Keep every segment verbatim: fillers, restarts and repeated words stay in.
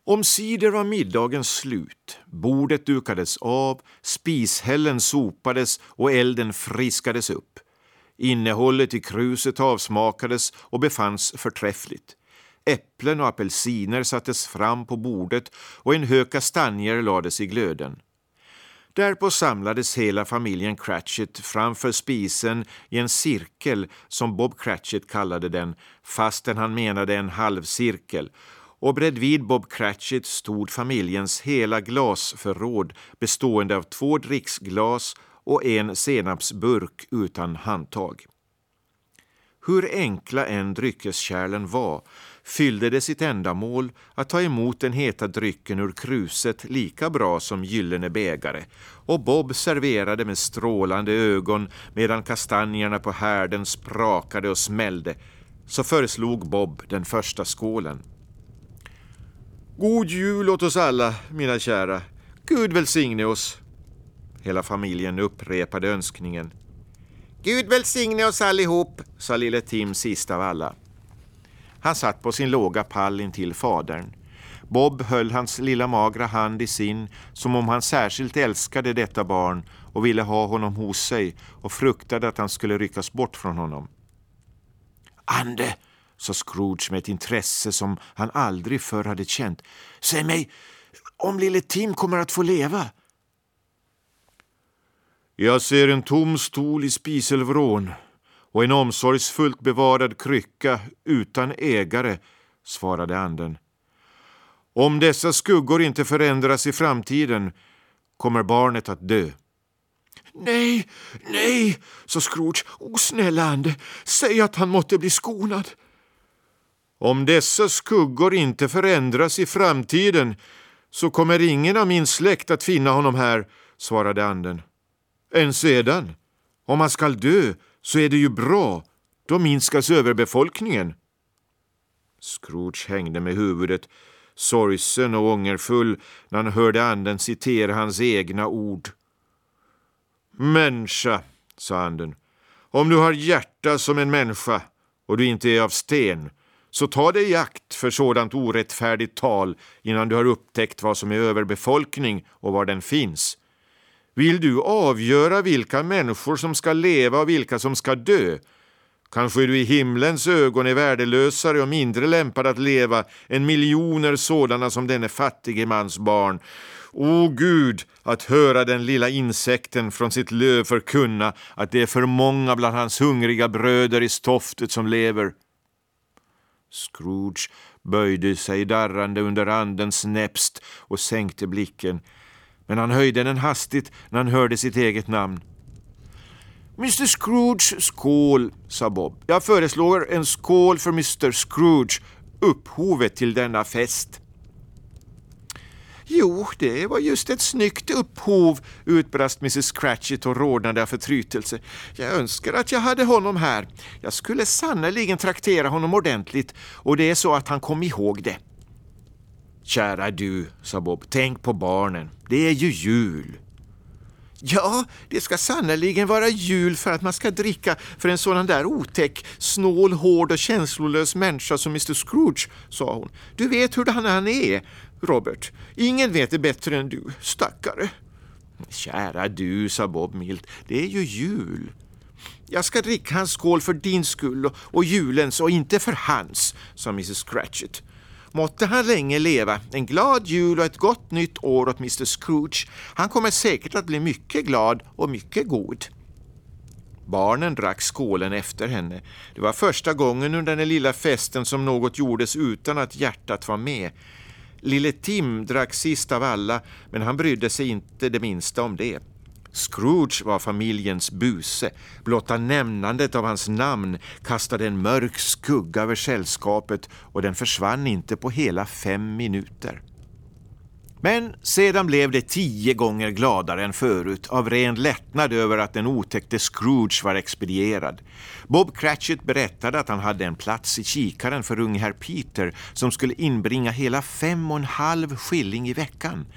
Omsider var middagen slut. Bordet dukades av, spishällen sopades och elden friskades upp. Innehållet i kruset avsmakades och befanns förträffligt. Äpplen och apelsiner sattes fram på bordet och en hög kastanjer lades i glöden. Därpå samlades hela familjen Cratchit framför spisen i en cirkel som Bob Cratchit kallade den, fastän han menade en halvcirkel. Och bredvid Bob Cratchit stod familjens hela glasförråd bestående av två dricksglas och en senapsburk utan handtag. Hur enkla än dryckeskärlen var fyllde det sitt ändamål att ta emot den heta drycken ur kruset lika bra som gyllene bägare, och Bob serverade med strålande ögon medan kastanjerna på härden sprakade och smällde. Så föreslog Bob den första skålen. God jul åt oss alla, mina kära. Gud välsigne oss. Hela familjen upprepade önskningen. Gud välsigne oss allihop, sa lille Tim sist av alla. Han satt på sin låga pall in till fadern. Bob höll hans lilla magra hand i sin som om han särskilt älskade detta barn och ville ha honom hos sig och fruktade att han skulle ryckas bort från honom. Ande, sa Scrooge med ett intresse som han aldrig förr hade känt. Säg mig, om lille Tim kommer att få leva? Jag ser en tom stol i spiselvrån och en omsorgsfullt bevarad krycka utan ägare, svarade anden. Om dessa skuggor inte förändras i framtiden kommer barnet att dö. Nej, nej, sa Scrooge. O snälla ande, säg att han måtte bli skonad. Om dessa skuggor inte förändras i framtiden så kommer ingen av min släkt att finna honom här, svarade anden. Än sedan, om han skall dö så är det ju bra, då minskas överbefolkningen. Scrooge hängde med huvudet, sorgsen och ångerfull, när han hörde anden citera hans egna ord. Människa, sa anden, om du har hjärta som en människa och du inte är av sten, så ta dig i akt för sådant orättfärdigt tal innan du har upptäckt vad som är överbefolkning och var den finns. Vill du avgöra vilka människor som ska leva och vilka som ska dö? Kanske du i himlens ögon är värdelösare och mindre lämpad att leva än miljoner sådana som denne fattige mans barn. O Gud, att höra den lilla insekten från sitt löv förkunna att det är för många bland hans hungriga bröder i stoftet som lever. Scrooge böjde sig darrande under andens näpst och sänkte blicken. Men han höjde den hastigt när han hörde sitt eget namn. mister Scrooge, skål, sa Bob. Jag föreslår en skål för mister Scrooge, upphovet till denna fest. Jo, det var just ett snyggt upphov, utbrast missus Cratchit och rodnade av förtrytelse. Jag önskar att jag hade honom här. Jag skulle sannoliken traktera honom ordentligt, och det är så att han kom ihåg det. Kära du, sa Bob, tänk på barnen. Det är ju jul. Ja, det ska sannoliken vara jul för att man ska dricka för en sådan där otäck, snål, hård och känslolös människa som mister Scrooge, sa hon. Du vet hur han är, Robert. Ingen vet det bättre än du, stackare. Kära du, sa Bob milt, det är ju jul. Jag ska dricka hans skål för din skull och, och julens och inte för hans, sa missus Cratchit. Måtte han länge leva. En glad jul och ett gott nytt år åt mister Scrooge. Han kommer säkert att bli mycket glad och mycket god. Barnen drack skålen efter henne. Det var första gången under den lilla festen som något gjordes utan att hjärtat var med. Lille Tim drack sist av alla, men han brydde sig inte det minsta om det. Scrooge var familjens buse. Blotta nämnandet av hans namn kastade en mörk skugga över sällskapet, och den försvann inte på hela fem minuter. Men sedan blev det tio gånger gladare än förut av ren lättnad över att den otäckte Scrooge var expedierad. Bob Cratchit berättade att han hade en plats i kikaren för unge herr Peter som skulle inbringa hela fem och en halv skilling i veckan.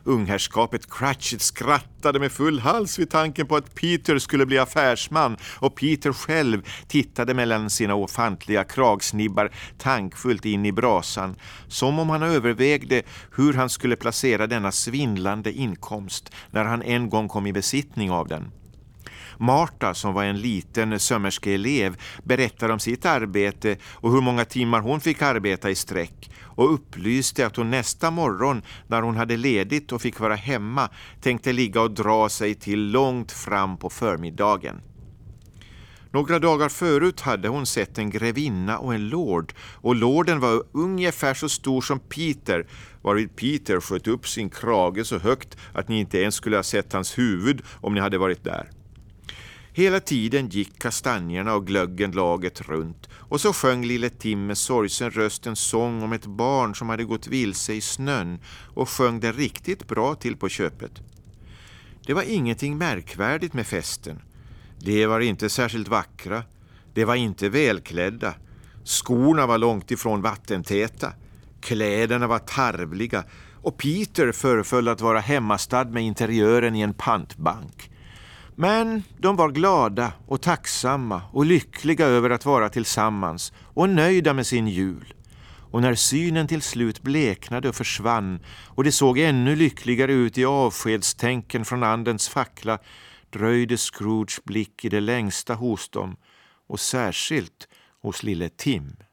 Ungherrskapet Cratchit skrattade med full hals vid tanken på att Peter skulle bli affärsman, och Peter själv tittade mellan sina ofantliga kragsnibbar tankfullt in i brasan, som om han övervägde hur han skulle placera denna svindlande inkomst när han en gång kom i besittning av den. Marta, som var en liten sömmerskeelev, berättade om sitt arbete och hur många timmar hon fick arbeta i sträck, och upplyste att hon nästa morgon, när hon hade ledigt och fick vara hemma, tänkte ligga och dra sig till långt fram på förmiddagen. Några dagar förut hade hon sett en grevinna och en lord, och lorden var ungefär så stor som Peter, varvid Peter sköt upp sin krage så högt att ni inte ens skulle ha sett hans huvud om ni hade varit där. Hela tiden gick kastanjerna och glöggen laget runt, och så sjöng lille Tim med sorgsen röst en sång om ett barn som hade gått vilse i snön, och sjöng det riktigt bra till på köpet. Det var ingenting märkvärdigt med festen. Det var inte särskilt vackra, det var inte välklädda, skorna var långt ifrån vattentäta, kläderna var tarvliga, och Peter föreföll att vara hemmastad med interiören i en pantbank. Men de var glada och tacksamma och lyckliga över att vara tillsammans och nöjda med sin jul. Och när synen till slut bleknade och försvann och det såg ännu lyckligare ut i avskedstänken från andens fackla, dröjde Scrooges blick i det längsta hos dem, och särskilt hos lille Tim.